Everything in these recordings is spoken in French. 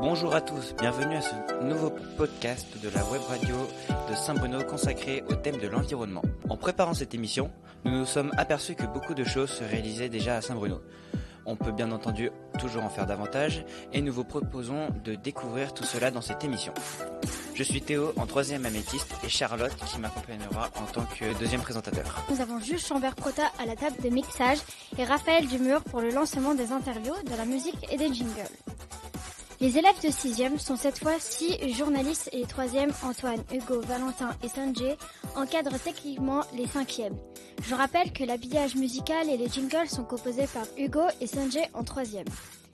Bonjour à tous, bienvenue à ce nouveau podcast de la web radio de Saint-Bruno consacré au thème de l'environnement. En préparant cette émission, nous nous sommes aperçus que beaucoup de choses se réalisaient déjà à Saint-Bruno. On peut bien entendu toujours en faire davantage et nous vous proposons de découvrir tout cela dans cette émission. Je suis Théo en 3e améthyste et Charlotte qui m'accompagnera en tant que 2e présentateur. Nous avons Jules Chambert-Prota à la table de mixage et Raphaël Dumur pour le lancement des interviews, de la musique et des jingles. Les élèves de 6e sont cette fois 6 journalistes et les 3e, Antoine, Hugo, Valentin et Sanjay, encadrent techniquement les 5e. Je rappelle que l'habillage musical et les jingles sont composés par Hugo et Sanjay en 3e.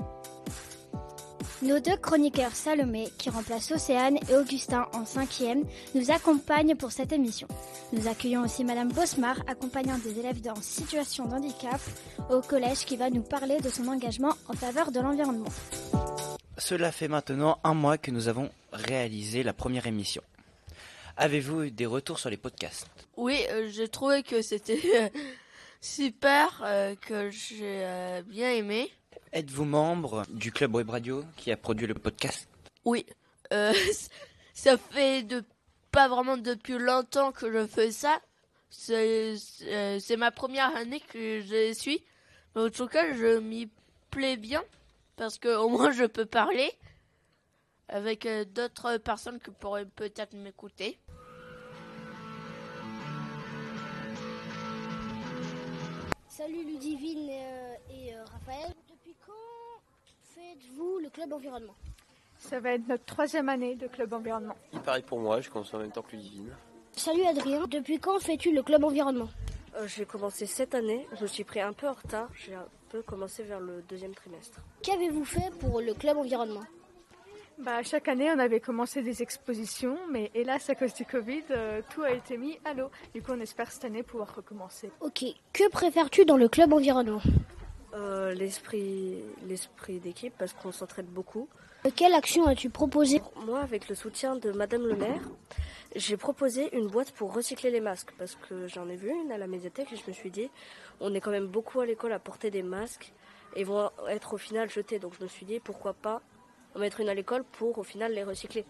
Nos 2 chroniqueurs Salomé, qui remplacent Océane, et Augustin en 5e, nous accompagnent pour cette émission. Nous accueillons aussi Madame Bosmar, accompagnant des élèves en situation de handicap au collège, qui va nous parler de son engagement en faveur de l'environnement. Cela fait maintenant 1 mois que nous avons réalisé la première émission. Avez-vous eu des retours sur les podcasts ? Oui, j'ai trouvé que c'était super, que j'ai bien aimé. Êtes-vous membre du club web radio qui a produit le podcast ? Oui, ça fait pas vraiment depuis longtemps que je fais ça. C'est ma première année que je suis. Mais en tout cas, je m'y plais bien parce que au moins je peux parler avec d'autres personnes qui pourraient peut-être m'écouter. Salut Ludivine et Raphaël. Depuis quand faites-vous le club environnement ? Ça va être notre 3e année de club environnement. Il paraît pour moi, je commence en même temps que Ludivine. Salut Adrien. Depuis quand fais-tu le club environnement ? J'ai commencé cette année, je me suis pris un peu en retard, j'ai un peu commencé vers le 2e trimestre. Qu'avez-vous fait pour le club environnement ? Chaque année, on avait commencé des expositions, mais hélas, à cause du Covid, tout a été mis à l'eau. Du coup, on espère cette année pouvoir recommencer. Ok, que préfères-tu dans le club environnement ? L'esprit d'équipe, parce qu'on s'entraide beaucoup. Quelle action as-tu proposé ? Moi, avec le soutien de Madame le maire, j'ai proposé une boîte pour recycler les masques, parce que j'en ai vu une à la médiathèque et je me suis dit, on est quand même beaucoup à l'école à porter des masques et vont être au final jetés. Donc je me suis dit, pourquoi pas en mettre une à l'école pour au final les recycler.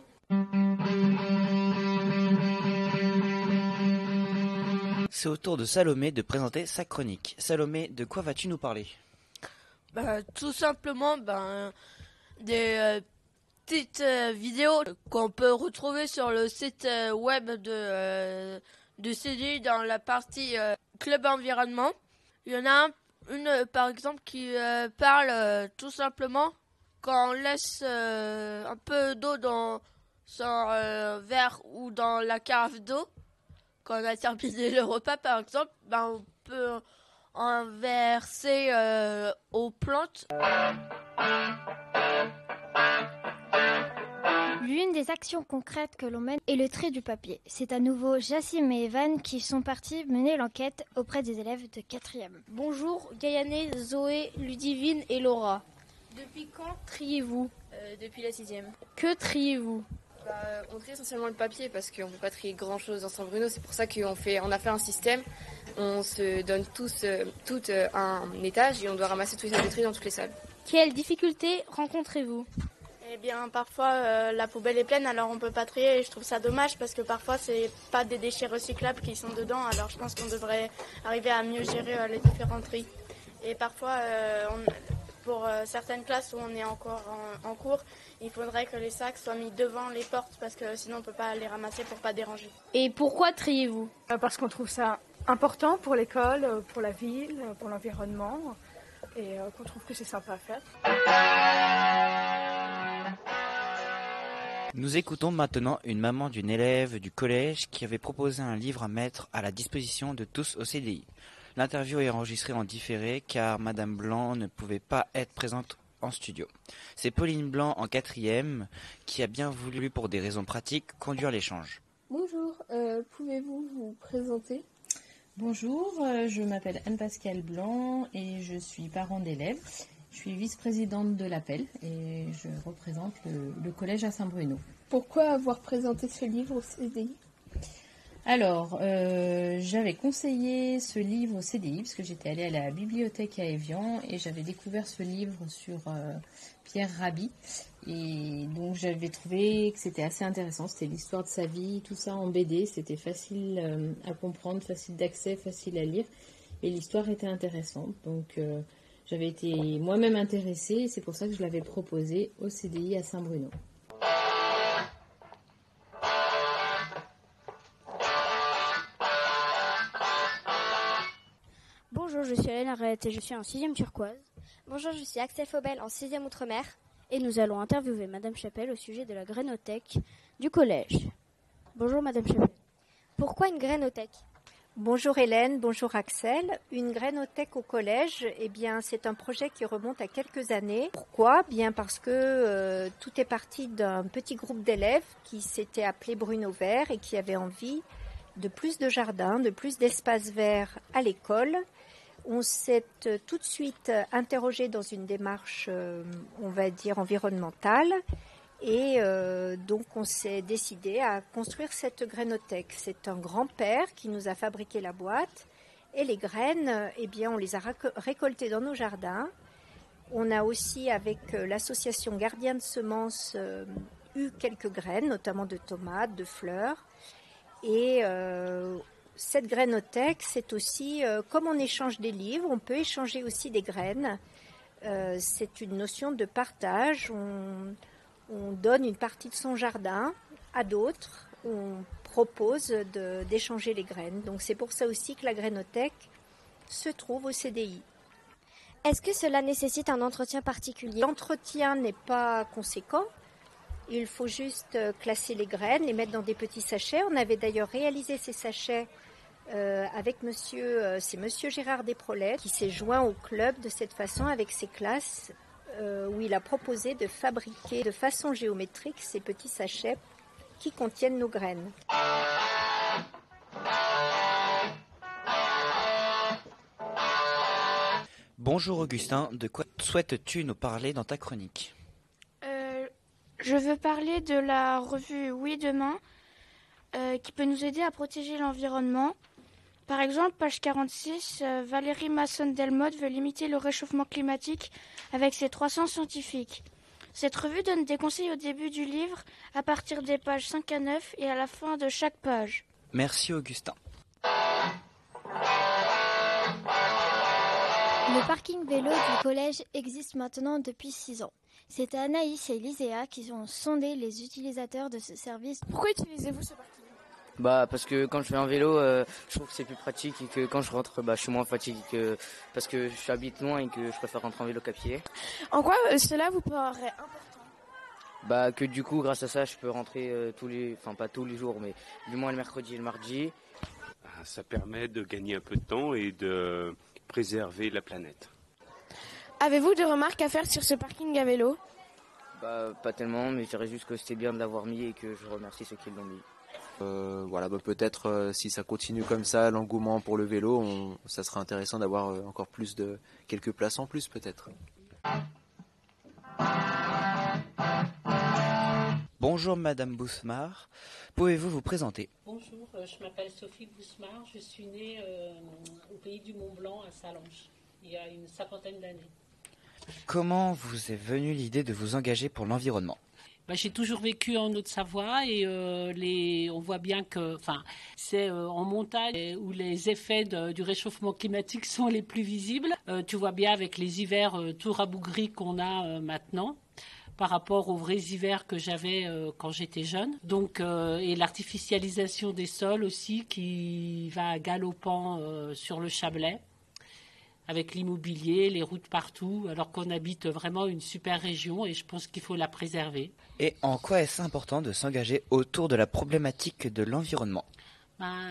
C'est au tour de Salomé de présenter sa chronique. Salomé, de quoi vas-tu nous parler ? Tout simplement des petites vidéos qu'on peut retrouver sur le site web de CDI dans la partie Club Environnement. Il y en a une par exemple qui parle tout simplement quand on laisse un peu d'eau dans son verre ou dans la carafe d'eau, quand on a terminé le repas par exemple, on peut en verser aux plantes. L'une des actions concrètes que l'on mène est le tri du papier. C'est à nouveau Jassim et Evan qui sont partis mener l'enquête auprès des élèves de 4e. Bonjour Gaïané, Zoé, Ludivine et Laura. Depuis quand triez-vous ? Depuis la 6e. Que triez-vous ? On trie essentiellement le papier parce qu'on ne peut pas trier grand-chose dans Saint-Bruno. C'est pour ça qu'on a fait un système. On se donne tous tout un étage et on doit ramasser tous les sacs de tri dans toutes les salles. Quelles difficultés rencontrez-vous ? Eh bien, parfois la poubelle est pleine, alors on peut pas trier. Et je trouve ça dommage parce que parfois c'est pas des déchets recyclables qui sont dedans. Alors je pense qu'on devrait arriver à mieux gérer les différents tris. Et parfois, pour certaines classes où on est encore en cours, il faudrait que les sacs soient mis devant les portes parce que sinon on peut pas les ramasser pour pas déranger. Et pourquoi triez-vous ? Parce qu'on trouve ça important pour l'école, pour la ville, pour l'environnement, et qu'on trouve que c'est sympa à faire. Nous écoutons maintenant une maman d'une élève du collège qui avait proposé un livre à mettre à la disposition de tous au CDI. L'interview est enregistrée en différé car Madame Blanc ne pouvait pas être présente en studio. C'est Pauline Blanc en 4e qui a bien voulu, pour des raisons pratiques, conduire l'échange. Bonjour, pouvez-vous vous présenter ? Bonjour, je m'appelle Anne-Pascale Blanc et je suis parent d'élèves. Je suis vice-présidente de l'APEL et je représente le collège à Saint-Bruno. Pourquoi avoir présenté ce livre au CDI ? Alors, j'avais conseillé ce livre au CDI parce que j'étais allée à la bibliothèque à Évian et j'avais découvert ce livre sur Pierre Rabhi. Et donc, j'avais trouvé que c'était assez intéressant. C'était l'histoire de sa vie, tout ça en BD. C'était facile à comprendre, facile d'accès, facile à lire. Et l'histoire était intéressante. Donc, j'avais été moi-même intéressée et c'est pour ça que je l'avais proposé au CDI à Saint-Bruno. Bonjour, je suis Hélène Arrête et je suis en 6e turquoise. Bonjour, je suis Axel Faubel en 6e outre-mer. Et nous allons interviewer Madame Chapelle au sujet de la grainothèque du collège. Bonjour Madame Chapelle. Pourquoi une grainothèque ? Bonjour Hélène, bonjour Axel. Une grainothèque au collège, c'est un projet qui remonte à quelques années. Pourquoi ? Bien parce que tout est parti d'un petit groupe d'élèves qui s'était appelé Bruno Vert et qui avait envie de plus de jardins, de plus d'espaces verts à l'école. On s'est tout de suite interrogé dans une démarche, on va dire, environnementale. Et donc on s'est décidé à construire cette grainothèque. C'est un grand-père qui nous a fabriqué la boîte. Et les graines, on les a récoltées dans nos jardins. On a aussi, avec l'association Gardien de Semences, eu quelques graines, notamment de tomates, de fleurs. Et cette grainothèque, c'est aussi, comme on échange des livres, on peut échanger aussi des graines. C'est une notion de partage. On donne une partie de son jardin à d'autres. On propose d'échanger les graines. Donc c'est pour ça aussi que la grainothèque se trouve au CDI. Est-ce que cela nécessite un entretien particulier ? L'entretien n'est pas conséquent. Il faut juste classer les graines, les mettre dans des petits sachets. On avait d'ailleurs réalisé ces sachets avec c'est monsieur Gérard Desprolet qui s'est joint au club de cette façon avec ses classes où il a proposé de fabriquer de façon géométrique ces petits sachets qui contiennent nos graines. Bonjour Augustin, de quoi souhaites-tu nous parler dans ta chronique ? Je veux parler de la revue Oui Demain qui peut nous aider à protéger l'environnement. Par exemple, page 46, Valérie Masson-Delmotte veut limiter le réchauffement climatique avec ses 300 scientifiques. Cette revue donne des conseils au début du livre, à partir des pages 5 à 9 et à la fin de chaque page. Merci Augustin. Le parking vélo du collège existe maintenant depuis 6 ans. C'est Anaïs et Lyséa qui ont sondé les utilisateurs de ce service. Pourquoi utilisez-vous ce parking ? Parce que quand je fais un vélo, je trouve que c'est plus pratique et que quand je rentre, je suis moins fatigué parce que j'habite loin et que je préfère rentrer en vélo qu'à pied. En quoi cela vous paraît important ? Que du coup, grâce à ça, je peux rentrer pas tous les jours, mais du moins le mercredi et le mardi. Ça permet de gagner un peu de temps et de préserver la planète. Avez-vous des remarques à faire sur ce parking à vélo ? Pas tellement, mais je dirais juste que c'était bien de l'avoir mis et que je remercie ceux qui l'ont mis. Peut-être si ça continue comme ça, l'engouement pour le vélo, ça serait intéressant d'avoir encore quelques places en plus peut-être. Bonjour Madame Bousmar, pouvez-vous vous présenter ? Bonjour, je m'appelle Sophie Bousmar, je suis née au pays du Mont-Blanc à Sallanches, il y a une 50aine d'années. Comment vous est venue l'idée de vous engager pour l'environnement ? J'ai toujours vécu en Haute-Savoie et on voit bien que c'est en montagne où les effets du réchauffement climatique sont les plus visibles. Tu vois bien avec les hivers tout rabougris qu'on a maintenant par rapport aux vrais hivers que j'avais quand j'étais jeune. Donc, et l'artificialisation des sols aussi qui va galopant sur le Chablais, avec l'immobilier, les routes partout, alors qu'on habite vraiment une super région et je pense qu'il faut la préserver. Et en quoi est-ce important de s'engager autour de la problématique de l'environnement ?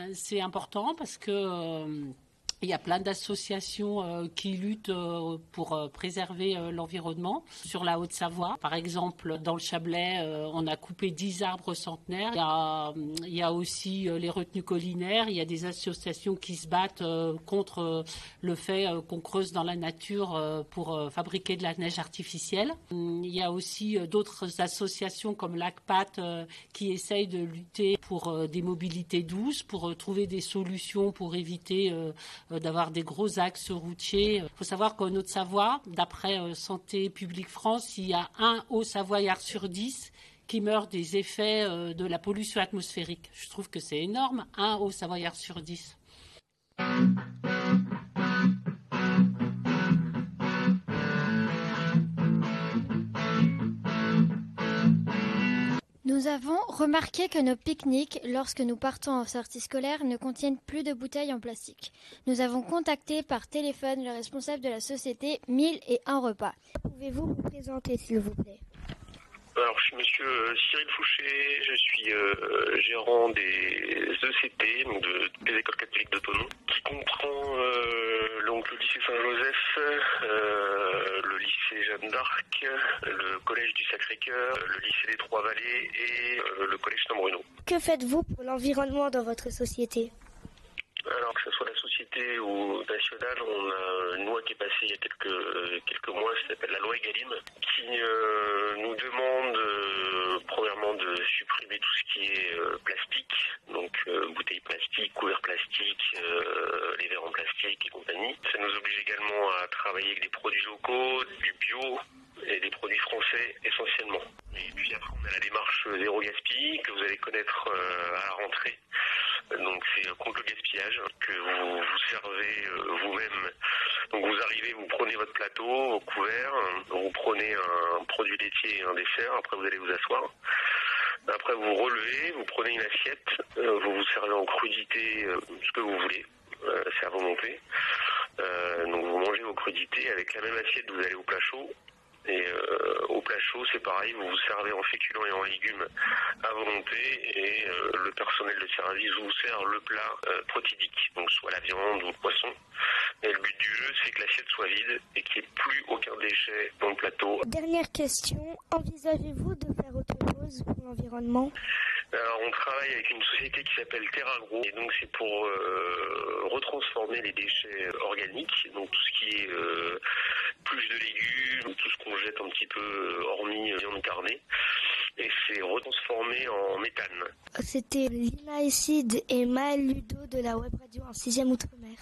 C'est important parce que Il y a plein d'associations qui luttent pour préserver l'environnement. Sur la Haute-Savoie, par exemple, dans le Chablais, on a coupé 10 arbres centenaires. Il y a aussi les retenues collinaires. Il y a des associations qui se battent contre le fait qu'on creuse dans la nature pour fabriquer de la neige artificielle. Il y a aussi d'autres associations comme l'ACPAT qui essayent de lutter pour des mobilités douces, pour trouver des solutions pour éviter d'avoir des gros axes routiers. Il faut savoir qu'en Haute-Savoie, d'après Santé publique France, il y a un Haut-Savoyard sur 10 qui meurt des effets de la pollution atmosphérique. Je trouve que c'est énorme, un Haut-Savoyard sur 10. Nous avons remarqué que nos pique-niques, lorsque nous partons en sortie scolaire, ne contiennent plus de bouteilles en plastique. Nous avons contacté par téléphone le responsable de la société 1001 repas. Pouvez-vous vous présenter, s'il vous plaît? Alors, je suis monsieur Cyril Fouché, je suis gérant des ECT, donc des écoles catholiques de Thonon, qui comprend donc le lycée Saint-Joseph, le lycée Jeanne d'Arc, le collège du Sacré-Cœur, le lycée des Trois-Vallées et le collège Saint-Bruno. Que faites-vous pour l'environnement dans votre société? Alors que ce soit la société ou nationale, on a une loi qui est passée il y a quelques mois, ça s'appelle la loi Egalim, qui nous demande premièrement de supprimer tout ce qui est plastique, donc bouteilles plastiques, couverts plastiques, les verres en plastique et compagnie. Ça nous oblige également à travailler avec des produits locaux, du bio et des produits français essentiellement. Et puis après on a la démarche zéro gaspille que vous allez connaître à la rentrée. Donc c'est contre le gaspillage que vous vous servez vous-même. Donc vous arrivez, vous prenez votre plateau, vos couverts, vous prenez un produit laitier et un dessert, après vous allez vous asseoir. Après vous relevez, vous prenez une assiette, vous vous servez en crudité ce que vous voulez, c'est à volonté. Donc vous mangez vos crudités, avec la même assiette vous allez au plat chaud. Et au plat chaud, c'est pareil, vous vous servez en féculents et en légumes à volonté et le personnel de service vous sert le plat protidique, donc soit la viande ou le poisson. Et le but du jeu, c'est que l'assiette soit vide et qu'il n'y ait plus aucun déchet dans le plateau. Dernière question, envisagez-vous de faire autre chose pour l'environnement? Alors, on travaille avec une société qui s'appelle Terragro et donc c'est pour retransformer les déchets organiques, donc tout ce qui est pluche de légumes, tout ce qu'on jette un petit peu hormis viande carnée, et c'est retransformé en méthane. C'était Lina Esside et Maël Ludo de la Web Radio en 6e Outre-mer.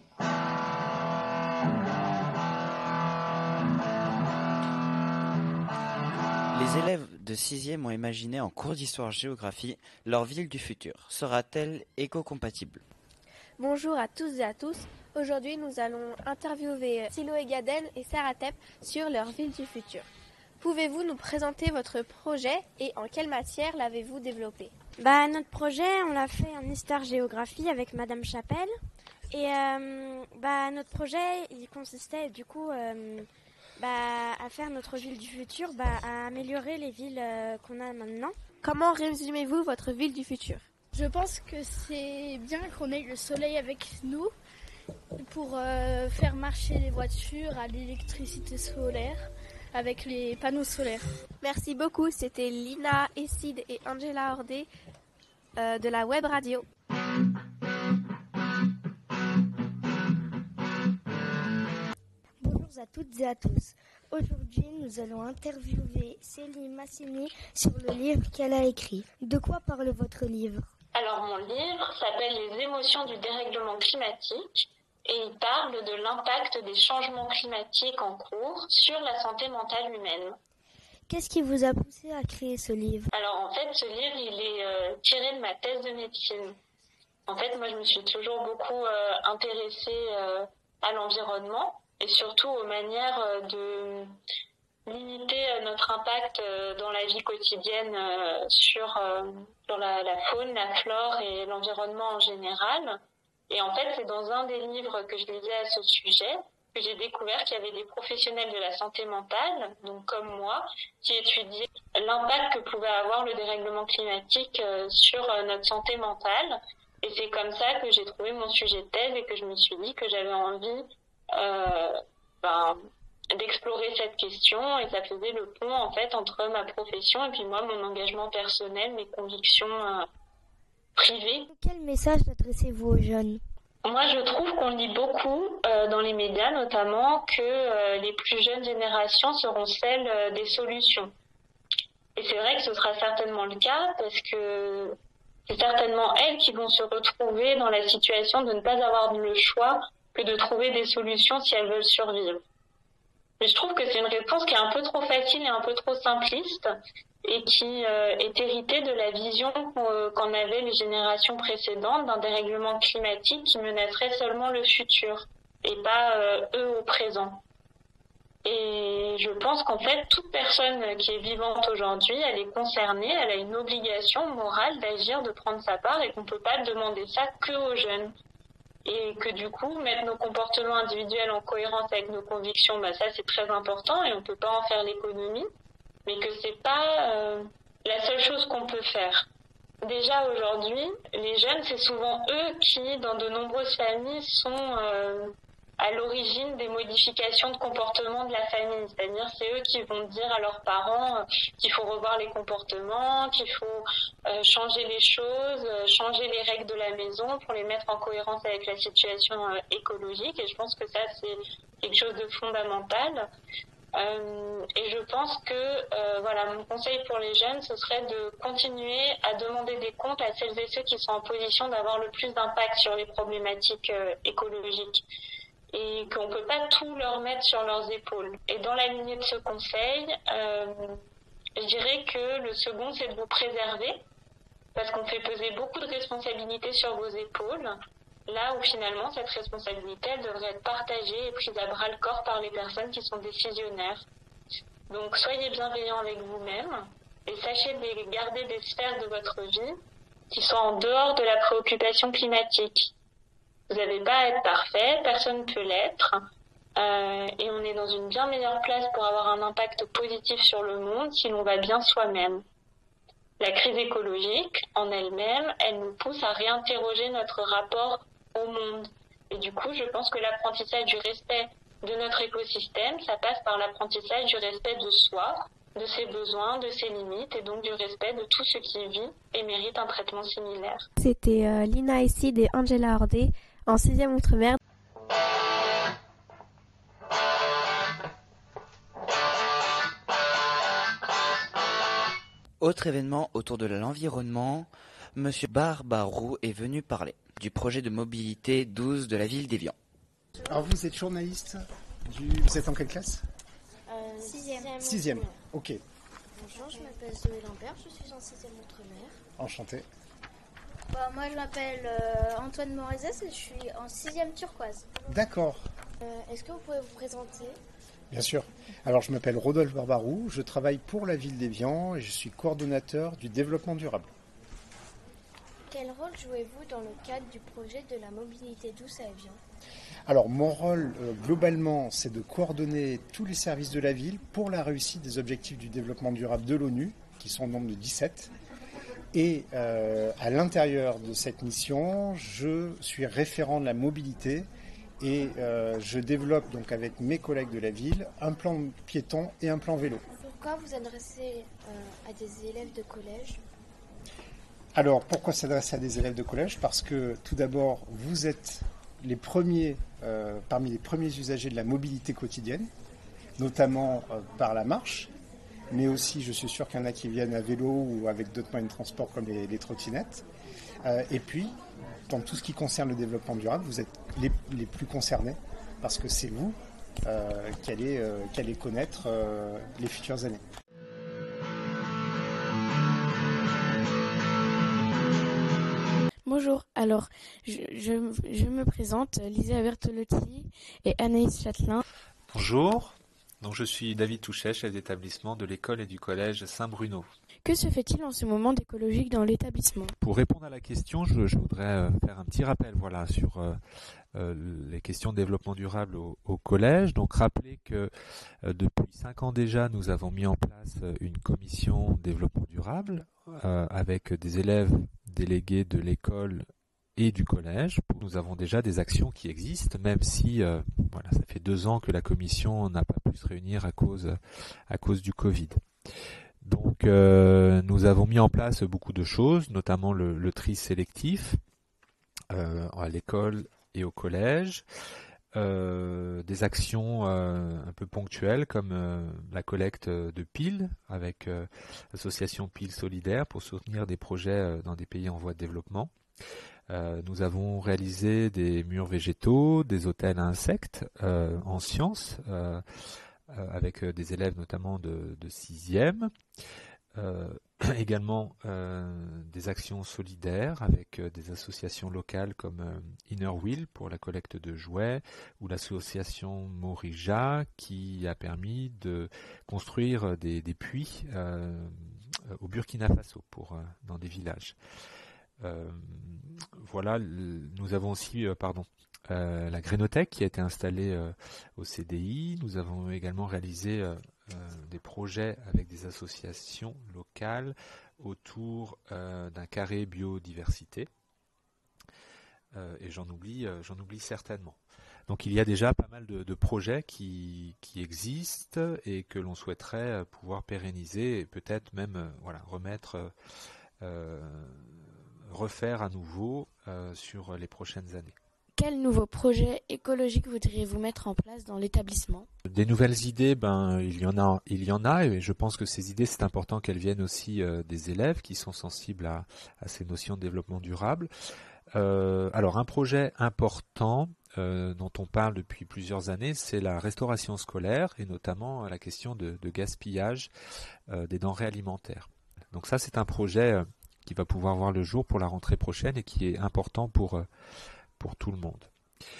Les élèves de 6e ont imaginé en cours d'histoire-géographie leur ville du futur. Sera-t-elle éco-compatible? Bonjour à tous et à tous. Aujourd'hui, nous allons interviewer Siloé Gaden et Sarah Tepp sur leur ville du futur. Pouvez-vous nous présenter votre projet et en quelle matière l'avez-vous développé? Notre projet, on l'a fait en histoire-géographie avec Madame Chapelle. Et notre projet, il consistait du coup à faire notre ville du futur, à améliorer les villes qu'on a maintenant. Comment résumez-vous votre ville du futur? Je pense que c'est bien qu'on ait le soleil avec nous pour faire marcher les voitures à l'électricité solaire avec les panneaux solaires. Merci beaucoup, c'était Lina Esside et Angela Ordé de la Web Radio. Bonjour à toutes et à tous. Aujourd'hui, nous allons interviewer Céline Massimi sur le livre qu'elle a écrit. De quoi parle votre livre? Alors, mon livre s'appelle « Les émotions du dérèglement climatique » et il parle de l'impact des changements climatiques en cours sur la santé mentale humaine. Qu'est-ce qui vous a poussé à créer ce livre? Alors, en fait, ce livre, il est tiré de ma thèse de médecine. En fait, moi, je me suis toujours beaucoup intéressée à l'environnement et surtout aux manières de limiter notre impact dans la vie quotidienne sur la faune, la flore et l'environnement en général. Et en fait, c'est dans un des livres que je lisais à ce sujet que j'ai découvert qu'il y avait des professionnels de la santé mentale, donc comme moi, qui étudiaient l'impact que pouvait avoir le dérèglement climatique sur notre santé mentale. Et c'est comme ça que j'ai trouvé mon sujet de thèse et que je me suis dit que j'avais envie d'explorer cette question, et ça faisait le pont en fait entre ma profession et puis moi, mon engagement personnel, mes convictions privées. Quel message adressez-vous aux jeunes ? Moi, je trouve qu'on lit beaucoup dans les médias, notamment, que les plus jeunes générations seront celles des solutions. Et c'est vrai que ce sera certainement le cas, parce que c'est certainement elles qui vont se retrouver dans la situation de ne pas avoir le choix que de trouver des solutions si elles veulent survivre. Mais je trouve que c'est une réponse qui est un peu trop facile et un peu trop simpliste, et qui est héritée de la vision qu'en avaient les générations précédentes d'un dérèglement climatique qui menacerait seulement le futur et pas eux au présent. Et je pense qu'en fait, toute personne qui est vivante aujourd'hui, elle est concernée, elle a une obligation morale d'agir, de prendre sa part, et qu'on ne peut pas demander ça que aux jeunes. Et que du coup, mettre nos comportements individuels en cohérence avec nos convictions, ça c'est très important et on ne peut pas en faire l'économie, mais que c'est pas la seule chose qu'on peut faire. Déjà aujourd'hui, les jeunes, c'est souvent eux qui, dans de nombreuses familles, sont à l'origine des modifications de comportement de la famille. C'est-à-dire, c'est eux qui vont dire à leurs parents qu'il faut revoir les comportements, qu'il faut changer les choses, changer les règles de la maison pour les mettre en cohérence avec la situation écologique. Et je pense que ça, c'est quelque chose de fondamental. Et je pense que mon conseil pour les jeunes, ce serait de continuer à demander des comptes à celles et ceux qui sont en position d'avoir le plus d'impact sur les problématiques écologiques, et qu'on ne peut pas tout leur mettre sur leurs épaules. Et dans la lignée de ce conseil, je dirais que le second, c'est de vous préserver, parce qu'on fait peser beaucoup de responsabilités sur vos épaules, là où finalement cette responsabilité, elle devrait être partagée et prise à bras le corps par les personnes qui sont décisionnaires. Donc soyez bienveillants avec vous-même et sachez garder des sphères de votre vie qui sont en dehors de la préoccupation climatique. Vous n'avez pas à être parfait, personne ne peut l'être, et on est dans une bien meilleure place pour avoir un impact positif sur le monde si l'on va bien soi-même. La crise écologique, en elle-même, elle nous pousse à réinterroger notre rapport au monde. Et du coup, je pense que l'apprentissage du respect de notre écosystème, ça passe par l'apprentissage du respect de soi, de ses besoins, de ses limites, et donc du respect de tout ce qui vit et mérite un traitement similaire. C'était Lina Essid et Angela Hordé en 6e Outre-mer. Autre événement autour de l'environnement, Monsieur Barbarou est venu parler du projet de mobilité 12 de la ville d'Évian. Alors vous êtes journaliste, vous êtes en quelle classe ? 6e. 6e, ok. Bonjour, je m'appelle Zoé Lambert, je suis en 6e Outre-mer. Enchanté. Moi je m'appelle Antoine Morizès et je suis en 6e turquoise. D'accord. Est-ce que vous pouvez vous présenter ? Bien sûr. Alors je m'appelle Rodolphe Barbarou, je travaille pour la ville d'Évian et je suis coordonnateur du développement durable. Quel rôle jouez-vous dans le cadre du projet de la mobilité douce à Évian ? Alors mon rôle globalement c'est de coordonner tous les services de la ville pour la réussite des objectifs du développement durable de l'ONU, qui sont au nombre de 17. Et à l'intérieur de cette mission, je suis référent de la mobilité et je développe donc avec mes collègues de la ville un plan piéton et un plan vélo. Pourquoi vous adressez à des élèves de collège ? Alors pourquoi s'adresser à des élèves de collège ? Parce que tout d'abord, vous êtes les premiers, parmi les premiers usagers de la mobilité quotidienne, notamment par la marche, mais aussi je suis sûr qu'il y en a qui viennent à vélo ou avec d'autres moyens de transport comme les trottinettes. Et puis, dans tout ce qui concerne le développement durable, vous êtes les plus concernés parce que c'est vous qui allez connaître les futures années. Bonjour, alors je me présente, Lisa Bertolotti et Anaïs Châtelain. Bonjour, donc je suis David Touchet, chef d'établissement de l'école et du collège Saint-Bruno. Que se fait-il en ce moment d'écologique dans l'établissement ? Pour répondre à la question, je voudrais faire un petit rappel sur les questions de développement durable au collège. Donc rappeler que depuis 5 ans déjà, nous avons mis en place une commission développement durable avec des élèves délégués de l'école et du collège. Nous avons déjà des actions qui existent, même si ça fait 2 ans que la commission n'a pas pu se réunir à cause du Covid. Donc nous avons mis en place beaucoup de choses, notamment le tri sélectif à l'école et au collège. Des actions un peu ponctuelles comme la collecte de piles avec l'association Piles Solidaires pour soutenir des projets dans des pays en voie de développement. Nous avons réalisé des murs végétaux, des hôtels à insectes en sciences avec des élèves notamment de 6e. Également des actions solidaires avec des associations locales comme Inner Wheel pour la collecte de jouets ou l'association Morija qui a permis de construire des puits au Burkina Faso dans des villages. Nous avons aussi la Grénothèque qui a été installée au CDI. Nous avons également réalisé des projets avec des associations locales autour d'un carré biodiversité. Et j'en oublie certainement. Donc il y a déjà pas mal de projets qui existent et que l'on souhaiterait pouvoir pérenniser et peut-être même refaire à nouveau sur les prochaines années. Quels nouveaux projets écologiques voudriez-vous mettre en place dans l'établissement ? Des nouvelles idées, il y en a, et je pense que ces idées, c'est important qu'elles viennent aussi des élèves qui sont sensibles à ces notions de développement durable. Alors un projet important dont on parle depuis plusieurs années, c'est la restauration scolaire et notamment la question de gaspillage des denrées alimentaires. Donc ça, c'est un projet qui va pouvoir voir le jour pour la rentrée prochaine et qui est important pour tout le monde.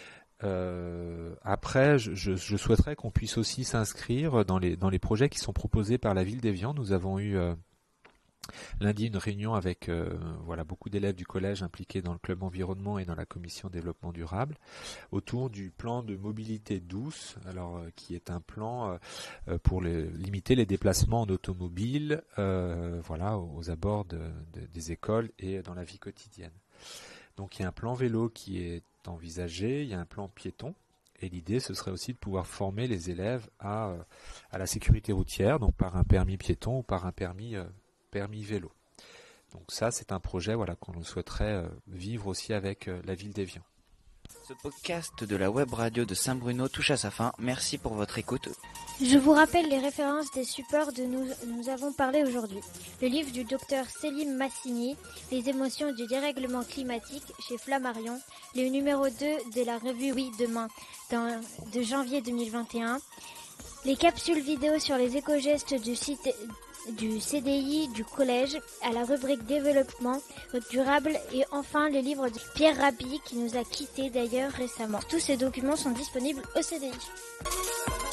Après, je souhaiterais qu'on puisse aussi s'inscrire dans les projets qui sont proposés par la ville d'Évian. Nous avons eu lundi une réunion avec beaucoup d'élèves du collège impliqués dans le club environnement et dans la commission développement durable autour du plan de mobilité douce, qui est un plan pour limiter les déplacements en automobile aux abords des écoles et dans la vie quotidienne. Donc il y a un plan vélo qui est envisagé, il y a un plan piéton, et l'idée ce serait aussi de pouvoir former les élèves à la sécurité routière, donc par un permis piéton ou par un permis vélo. Donc ça c'est un projet qu'on souhaiterait vivre aussi avec la ville d'Évian. Ce podcast de la web radio de Saint-Bruno touche à sa fin. Merci pour votre écoute. Je vous rappelle les références des supports nous avons parlé aujourd'hui. Le livre du docteur Célim Massini, Les émotions du dérèglement climatique chez Flammarion, le numéro 2 de la revue Oui Demain de janvier 2021, les capsules vidéo sur les éco-gestes du CDI du collège à la rubrique développement durable et enfin le livre de Pierre Rabhi qui nous a quittés d'ailleurs récemment. Tous ces documents sont disponibles au CDI.